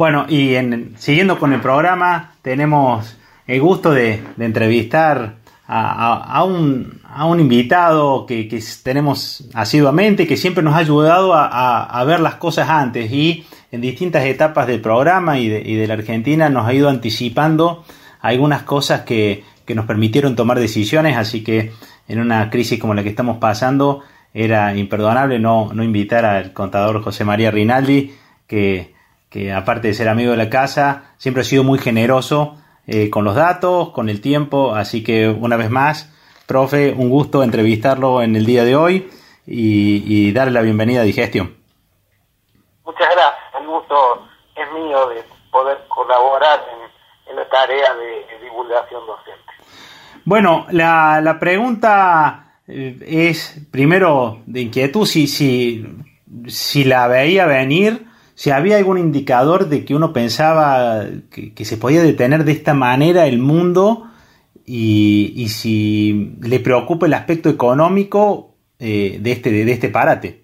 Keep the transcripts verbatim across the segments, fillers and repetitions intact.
Bueno, y en, siguiendo con el programa, tenemos el gusto de, de entrevistar a, a, a, un, a un invitado que, que tenemos asiduamente, que siempre nos ha ayudado a, a, a ver las cosas antes y en distintas etapas del programa y de, y de la Argentina nos ha ido anticipando algunas cosas que, que nos permitieron tomar decisiones, así que en una crisis como la que estamos pasando era imperdonable no, no invitar al contador José María Rinaldi, que, que aparte de ser amigo de la casa, siempre ha sido muy generoso eh, con los datos, con el tiempo, así que una vez más, profe, un gusto entrevistarlo en el día de hoy y, y darle la bienvenida a Digestión. Muchas gracias, el gusto es mío de poder colaborar en, en la tarea de, de divulgación docente. Bueno, la, la pregunta es primero de inquietud, si, si, si la veía venir, si había algún indicador de que uno pensaba que, que se podía detener de esta manera el mundo y, y si le preocupa el aspecto económico eh, de, este, de, de este parate.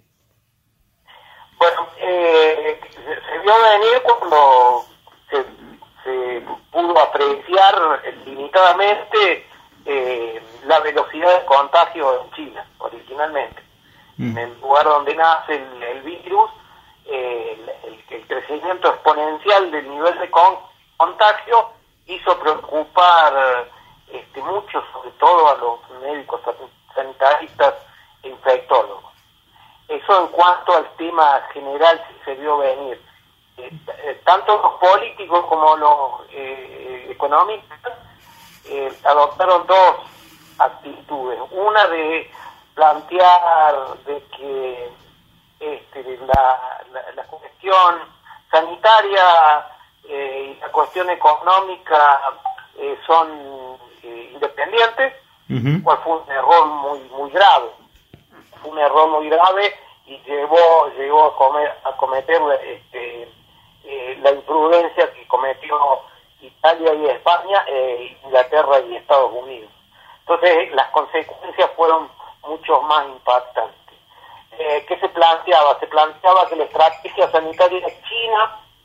Bueno, eh, se, se vio venir cuando se, se pudo apreciar limitadamente Eh, la velocidad de contagio en China, originalmente. Mm. En el lugar donde nace el, el virus, eh, el, el, el crecimiento exponencial del nivel de con, contagio hizo preocupar este, mucho, sobre todo a los médicos sanitaristas e infectólogos. Eso en cuanto al tema general se vio venir. Eh, eh, tanto los políticos como los eh, económicos Eh, adoptaron dos actitudes. Una de plantear de que este, la, la, la cuestión sanitaria eh, y la cuestión económica eh, son eh, independientes, uh-huh. cual fue un error muy muy grave. Fue un error muy grave y llevó llegó a, comer, a cometer este, eh, la imprudencia que cometió Italia y España, eh, Inglaterra y Estados Unidos. Entonces las consecuencias fueron mucho más impactantes. Eh, ¿Qué se planteaba? Se planteaba que la estrategia sanitaria de China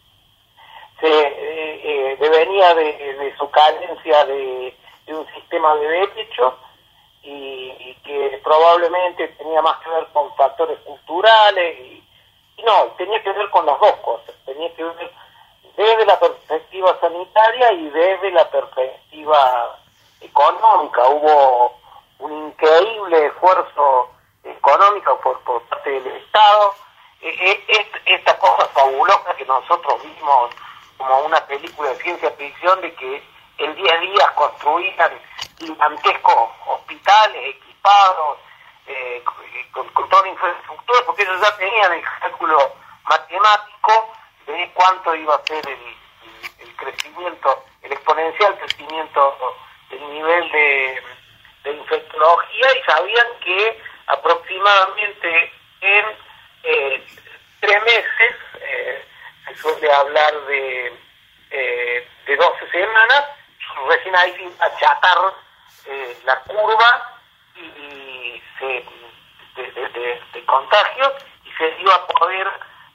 se eh, eh, devenía de, de su carencia de, de un sistema de derecho y, y que probablemente tenía más que ver con factores culturales y, y no, tenía que ver con las dos cosas. Tenía que ver desde la perspectiva sanitaria y desde la perspectiva económica. Hubo un increíble esfuerzo económico por, por parte del Estado. Eh, eh, esta cosa fabulosa que nosotros vimos como una película de ciencia ficción, de que en diez días construían gigantescos hospitales equipados eh, con, con toda la infraestructura, porque ellos ya tenían el cálculo matemático de cuánto iba a ser el, el, el crecimiento, el exponencial crecimiento del nivel de, de infectología, y sabían que aproximadamente en eh, tres meses, eh, se suele hablar de, eh, de doce semanas, recién ahí se iba a achatar eh, la curva y, y se, de, de, de, de contagios, y se iba a poder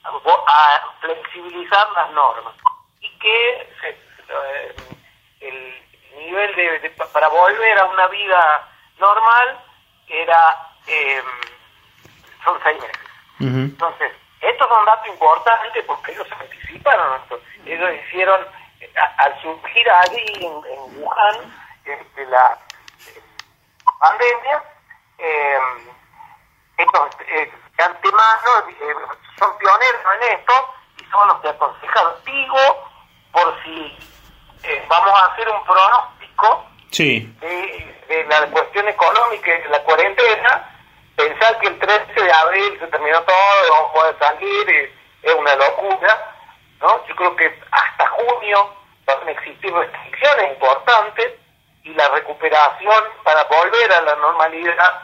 a flexibilizar las normas y que se, eh, el nivel de, de para volver a una vida normal era eh, son seis meses. Uh-huh. Entonces estos son datos importantes porque ellos se anticiparon. Ellos hicieron a, al surgir allí en, en Wuhan este, la eh, pandemia, eh, estos eh, de antemano eh, son pioneros en esto y son los que aconsejaron. Digo, por si eh, vamos a hacer un pronóstico sí. de, de la cuestión económica y de la cuarentena, pensar que el trece de abril se terminó todo, vamos a poder salir, es, es una locura, ¿no? Yo creo que hasta junio van a existir restricciones importantes y la recuperación para volver a la normalidad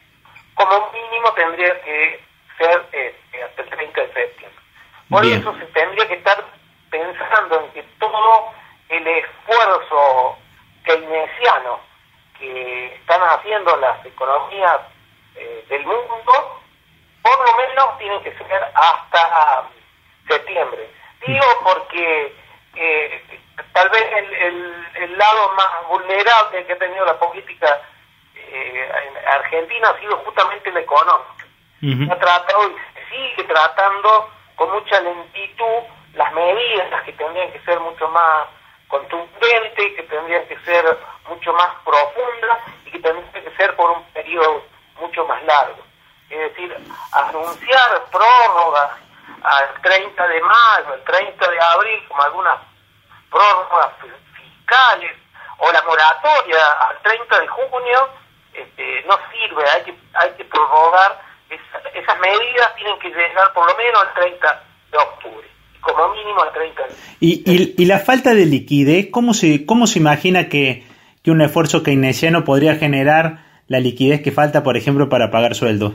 como mínimo tendría que ser eh, hasta el treinta de septiembre. Por Bien. Eso se tendría que estar pensando en que todo el esfuerzo keynesiano que están haciendo las economías eh, del mundo, por lo menos tienen que ser hasta septiembre. Digo porque eh, tal vez el, el, el lado más vulnerable que ha tenido la política eh, en Argentina ha sido justamente la económica. Uh-huh. Ha tratado y sigue tratando con mucha lentitud las medidas que tendrían que ser mucho más contundentes, que tendrían que ser mucho más profundas y que tendrían que ser por un periodo mucho más largo. Es decir, anunciar prórrogas al treinta de mayo, al treinta de abril, como algunas prórrogas fiscales, o la moratoria al treinta de junio, este, no sirve, hay que, hay que prorrogar, esa, esas medidas tienen que llegar por lo menos al treinta de octubre, como mínimo al treinta de octubre. Y, y, y la falta de liquidez, ¿cómo se, cómo se imagina que, que un esfuerzo keynesiano podría generar la liquidez que falta, por ejemplo, para pagar sueldos?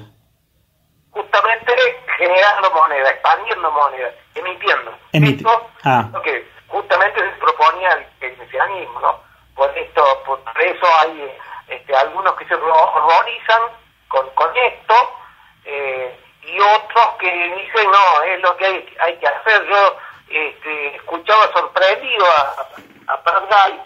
Justamente generando moneda, expandiendo moneda, emitiendo. Emite. Esto ah. lo que justamente se proponía el keynesianismo, ¿no? Por esto, por eso hay este, algunos que se horrorizan con, con esto, eh, y otros que dicen, no, es lo que hay, hay que hacer. Yo este, escuchaba sorprendido a, a Pardal,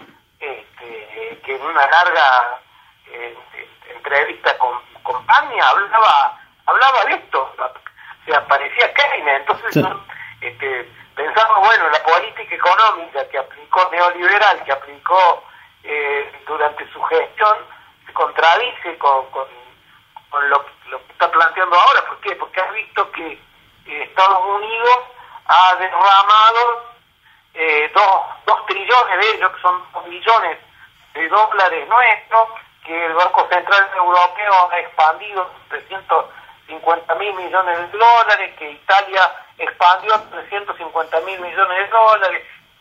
este, que en una larga eh, entrevista con, con Pagnia hablaba hablaba de esto, o sea, parecía Keynes. Entonces sí. este, pensamos, bueno, la política económica que aplicó neoliberal, que aplicó eh, durante su gestión, se contradice con, con, con lo, lo que está planteando ahora. ¿Por qué? Porque has visto que eh, Estados Unidos ha derramado eh, dos, dos trillones de ellos, que son dos millones de dólares nuestros, que el Banco Central Europeo ha expandido trescientos cincuenta mil millones de dólares, que Italia expandió trescientos cincuenta mil millones de dólares,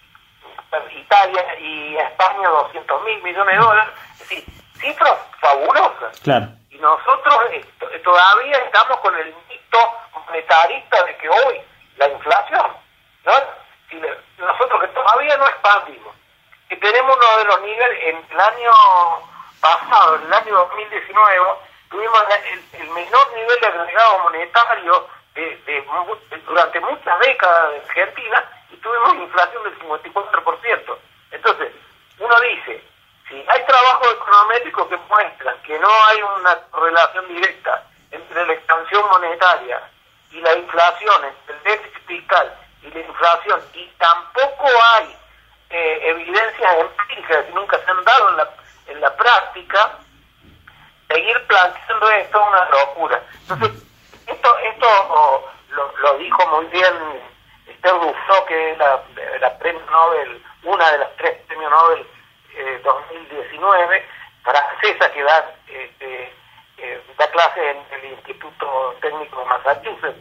Italia y España doscientos mil millones de dólares, es decir, cifras fabulosas. Claro. Y nosotros eh, todavía estamos con el mito monetarista de que hoy la inflación, ¿no? Si le, nosotros que todavía no expandimos, que tenemos uno de los niveles, en el año pasado, en el año dos mil diecinueve, tuvimos el, el menor nivel de agregado monetario de, de, de, durante muchas décadas en Argentina, y tuvimos una inflación del cincuenta y cuatro por ciento. Entonces, uno dice, si hay trabajos econométricos que muestran que no hay una relación directa entre la expansión monetaria y la inflación, entre el déficit fiscal y la inflación, y tampoco hay eh, evidencias empíricas que nunca se han dado en la, en la práctica, seguir planteando esto es una locura. Entonces, esto esto oh, lo, lo dijo muy bien Esther Duflo, que es la, la premio Nobel, una de las tres premios Nobel eh, dos mil diecinueve, francesa, que da, este, eh, da clases en el Instituto Técnico de Massachusetts.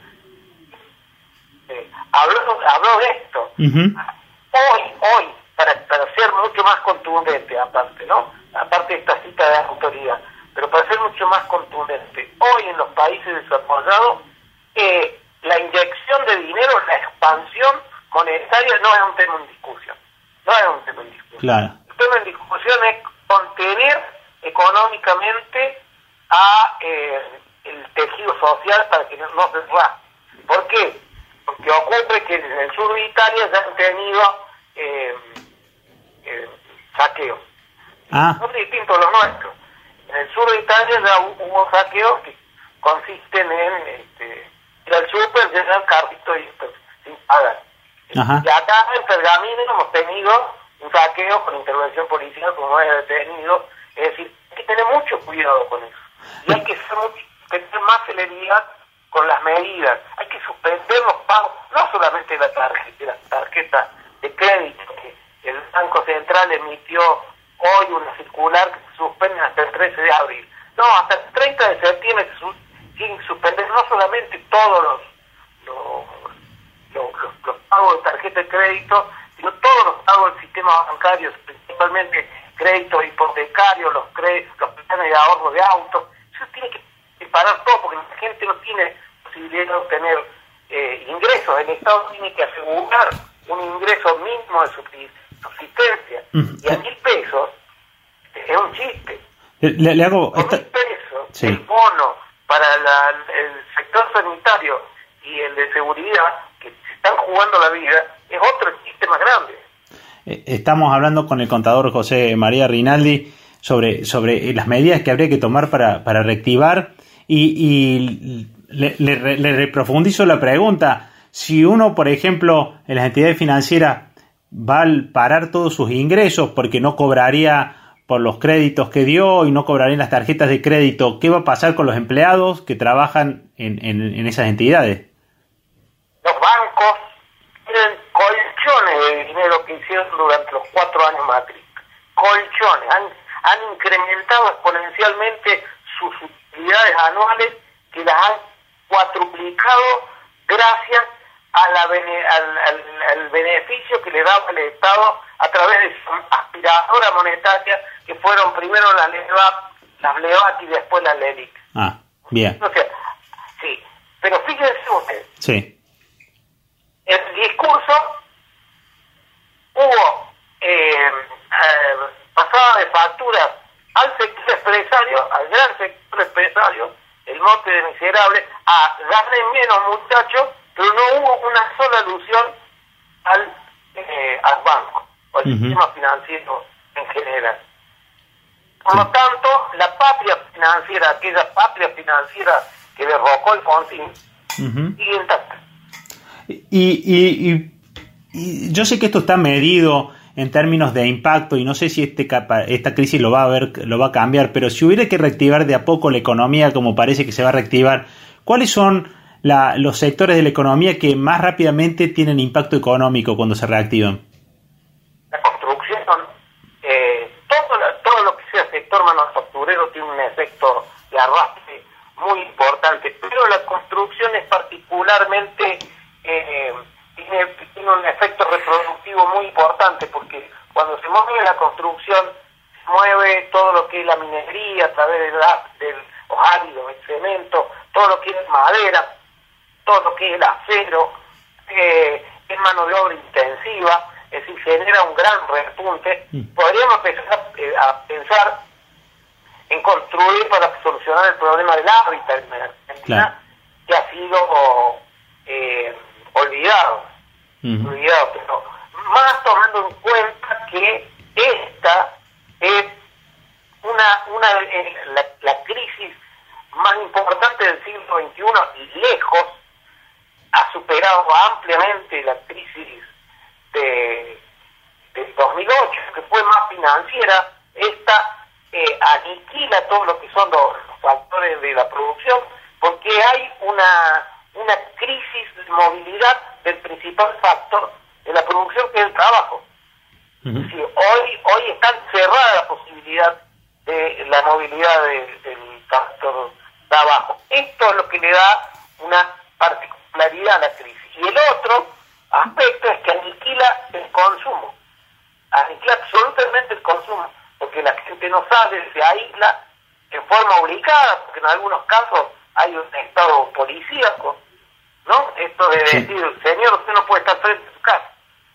Eh, habló, habló de esto. Uh-huh. Hoy, hoy, para, para ser mucho más contundente, aparte, ¿no? Aparte de esta cita de autoridad, pero para ser mucho más contundente, hoy en los países desarrollados, eh, la inyección de dinero, la expansión monetaria no es un tema en discusión. No es un tema en discusión. Claro. El tema en discusión es contener económicamente a eh, el tejido social para que no, no se va. ¿Por qué? Porque ocurre que en el sur de Italia ya han tenido eh, eh, saqueos. Ah. Son distintos los nuestros. En el sur de Italia ya hubo saqueos que consisten en este, ir al súper, llenar carritos y esto, sin pagar. Ajá. Y acá en Pergamino hemos tenido un saqueo con intervención policial, como es detenido. Es decir, hay que tener mucho cuidado con eso. Y hay que ser mucho, tener más celeridad con las medidas. Hay que suspender los pagos, no solamente la tarjeta, la tarjeta de crédito, que el Banco Central emitió hoy una circular que se suspende hasta el trece de abril. No, hasta el treinta de septiembre se su- tienen que suspender no solamente todos los, los, los, los, los pagos de tarjeta de crédito, sino todos los pagos del sistema bancario, principalmente créditos hipotecarios, los créditos, los planes de ahorro de autos. Eso tiene que parar todo, porque la gente no tiene posibilidad de obtener eh, ingresos. El Estado tiene que asegurar un ingreso mínimo de subsistencia. Mm. Y a mil pesos es un chiste. Le, le hago Con esta... mil pesos, sí. El bono para la, el sector sanitario y el de seguridad, que se están jugando la vida, es otro chiste más grande. Estamos hablando con el contador José María Rinaldi sobre, sobre las medidas que habría que tomar para, para reactivar y, y le, le, le reprofundizo la pregunta. Si uno, por ejemplo, en las entidades financieras va a parar todos sus ingresos porque no cobraría por los créditos que dio y no cobrarían las tarjetas de crédito, ¿qué va a pasar con los empleados que trabajan en, en, en esas entidades? Los bancos tienen colchones de dinero que hicieron durante los cuatro años Macri. Colchones. Han, han incrementado exponencialmente sus utilidades anuales que las han cuatruplicado gracias a la bene, al, al, al beneficio que le daba el Estado a través de su aspiradora monetaria, que fueron primero las LEVAP, las LEVAT y después las LELIC. Ah, bien. O sea, sí, pero fíjense ustedes. Sí. El discurso hubo eh, eh, pasada de facturas al sector empresario, al gran sector empresario, el mote de miserable, a ganen menos muchachos, pero no hubo una sola alusión al, eh, al banco o al uh-huh. sistema financiero en general. Por sí. lo tanto, la patria financiera, aquella patria financiera que derrocó el Fonsín, uh-huh. sigue intacta. Y, y, y, y yo sé que esto está medido en términos de impacto y no sé si este esta crisis lo va a ver, lo va a cambiar, pero si hubiera que reactivar de a poco la economía como parece que se va a reactivar, ¿cuáles son la, los sectores de la economía que más rápidamente tienen impacto económico cuando se reactivan? La construcción, eh, todo, la, todo lo que sea sector manufacturero tiene un efecto de arrastre muy importante, pero la construcción es particularmente eh, tiene, tiene un efecto reproductivo muy importante, porque cuando se mueve la construcción se mueve todo lo que es la minería a través de, la, de los áridos, el cemento, todo lo que es madera, todo lo que es el acero, eh, es mano de obra intensiva, es decir, genera un gran repunte. Mm. Podríamos empezar a, a pensar en construir para solucionar el problema del hábitat en Argentina, claro. que ha sido eh, olvidado, uh-huh. olvidado, pero más tomando en cuenta que esta es una, una eh, la, la crisis más importante del siglo veintiuno y lejos ha superado ampliamente la crisis de, de dos mil ocho, que fue más financiera. Esta eh, aniquila todo lo que son los, los factores de la producción, porque hay una, una crisis de movilidad del principal factor de la producción, que es el trabajo. Uh-huh. Es decir, hoy, hoy está cerrada la posibilidad de la movilidad de, del factor trabajo. Esto es lo que le da una particularidad a la crisis. Y el otro aspecto es que aniquila el consumo, aniquila absolutamente el consumo, porque la gente no sale, se aísla en forma obligada, porque en algunos casos hay un estado policíaco, ¿no? Esto de decir, sí. señor, usted no puede estar frente a su casa.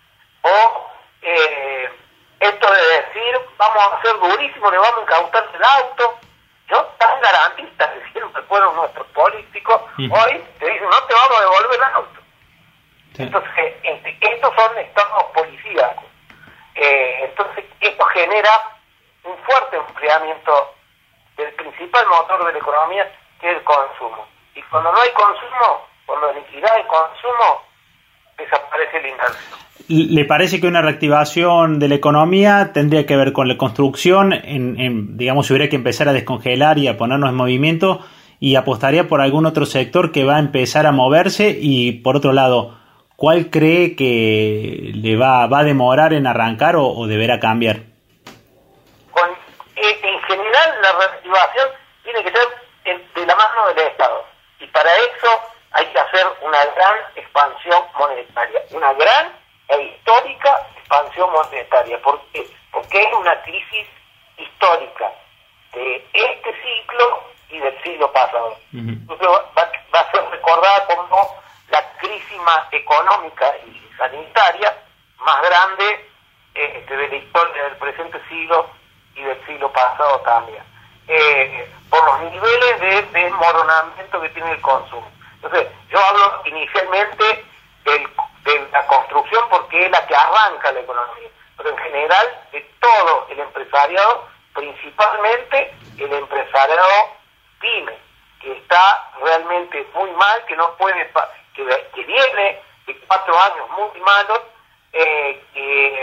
O eh, esto de decir, vamos a ser durísimos, le vamos a incautar el auto. Yo, tan garantista, que siempre fueron nuestros políticos, sí. hoy te dicen, no te vamos a devolver el auto. Sí. Entonces, este, estos son estados policíacos. Eh, entonces, esto genera un fuerte enfriamiento del principal motor de la economía, que es el consumo. Y cuando no hay consumo, cuando aniquila el consumo, desaparece el ingreso. ¿Le parece que una reactivación de la economía tendría que ver con la construcción? En, en, digamos, si hubiera que empezar a descongelar y a ponernos en movimiento, y apostaría por algún otro sector que va a empezar a moverse. Y por otro lado, ¿cuál cree que le va, va a demorar en arrancar o, o deberá cambiar? Con, eh, en general, la reactivación tiene que ser en, de la mano del Estado. Y para eso hay que hacer una gran expansión monetaria. Una gran e histórica expansión monetaria. ¿Por qué? Porque es una crisis histórica de este ciclo y del siglo pasado. Uh-huh. Entonces va, va a ser recordada como la crisis más económica y sanitaria más grande eh, de la historia del presente siglo y del siglo pasado también. Eh, por los niveles de desmoronamiento que tiene el consumo. Entonces, yo hablo inicialmente del, del la construcción porque es la que arranca la economía, pero en general de todo el empresariado, principalmente el empresariado pyme, que está realmente muy mal, que no puede, que, que viene de cuatro años muy malos, eh, que,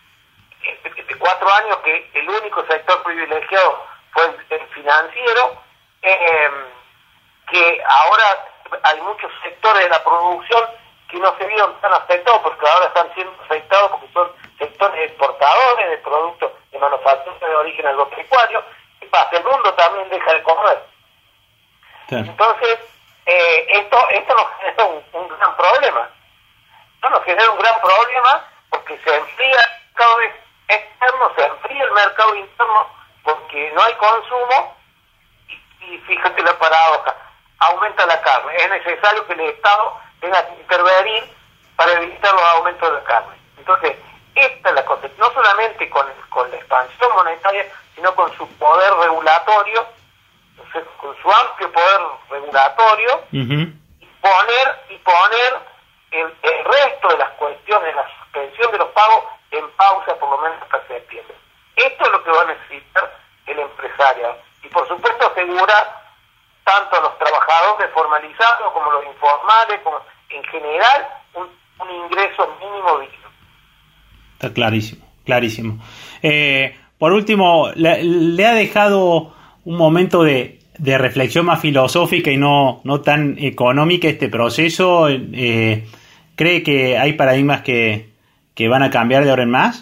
de cuatro años que el único sector privilegiado fue el, el financiero, eh, que ahora hay muchos sectores de la producción que no se vieron tan afectados, porque ahora están siendo afectados porque son sectores exportadores de productos de manufactura de origen agropecuario. ¿Qué pasa? El mundo también deja de comer. Claro. Entonces, eh, esto esto nos genera un, un gran problema. Esto nos genera un gran problema porque se enfría el mercado externo, se enfría el mercado interno porque no hay consumo y, y fíjate la paradoja, aumenta la carne. Es necesario que el Estado tenga que intervenir para evitar los aumentos de la carne. Entonces, esta es la cosa, no solamente con, con la expansión monetaria, sino con su poder regulatorio, con su amplio poder regulatorio, uh-huh. y poner y poner el, el resto de las cuestiones, la suspensión de los pagos en pausa por lo menos hasta septiembre. Esto es lo que va a necesitar el empresario. Y por supuesto asegurar tanto a los trabajadores formalizados como los informales, como en general un, un ingreso mínimo digno. Está clarísimo, clarísimo. Eh, por último, le, le ha dejado un momento de, de reflexión más filosófica y no, no tan económica este proceso. Eh, ¿Cree que hay paradigmas que, que van a cambiar de ahora en más?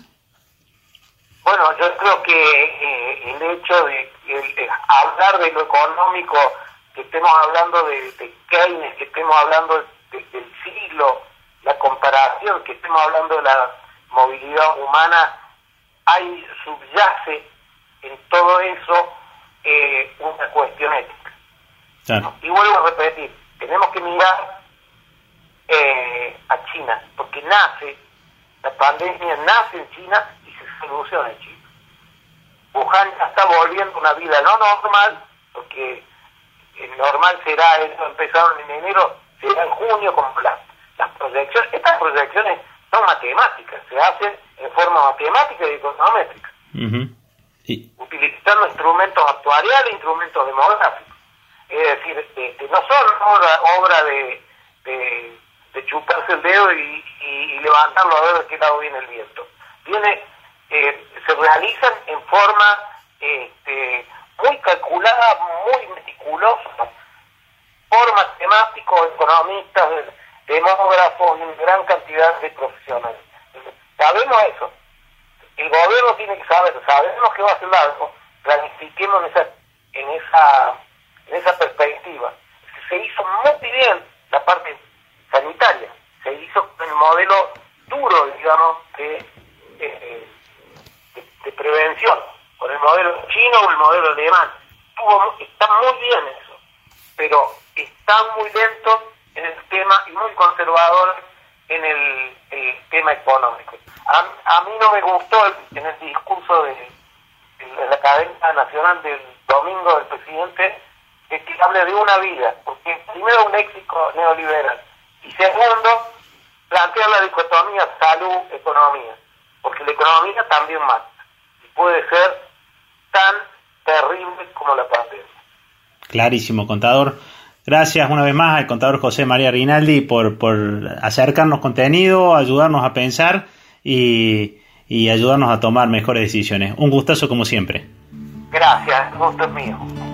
Bueno, yo creo que eh, el hecho de el, de hablar de lo económico, que estemos hablando de, de Keynes, que estemos hablando de, de, del siglo, la comparación, que estemos hablando de la movilidad humana, hay subyace en todo eso eh, una cuestión ética. Claro. Y vuelvo a repetir, tenemos que mirar eh, a China, porque nace, la pandemia nace en China y se soluciona en China. Wuhan ya está volviendo una vida no normal, porque el normal será, empezaron en enero, será en junio, como las, las proyecciones. Estas proyecciones son matemáticas, se hacen en forma matemática y econométrica, uh-huh. sí. utilizando instrumentos actuariales, instrumentos demográficos. Es decir, este, no son obra, obra de, de, de chuparse el dedo y, y, y levantarlo a ver de qué lado viene el viento. Viene, eh, se realizan en forma este, muy calculada, muy meticulosa, por matemáticos, economistas, demógrafos y una gran cantidad de profesionales. Sabemos eso. El gobierno tiene que saber, sabemos que va a hacer algo, planifiquemos en esa, en esa, en esa perspectiva. Se hizo muy bien la parte sanitaria, se hizo con el modelo duro, digamos, de, de, de, de prevención, con el modelo chino o el modelo alemán. Estuvo, está muy bien eso, pero están muy lentos en el tema y muy conservadores en el, el tema económico. A, a mí no me gustó el, en el discurso de, de la cadena nacional del domingo del presidente de que hable de una vida, porque primero un léxico neoliberal y segundo plantear la dicotomía salud-economía, porque la economía también mata y puede ser tan terrible como la pandemia. Clarísimo, contador. Gracias una vez más al contador José María Rinaldi por, por acercarnos contenido, ayudarnos a pensar y, y ayudarnos a tomar mejores decisiones. Un gustazo como siempre. Gracias, el gusto es mío.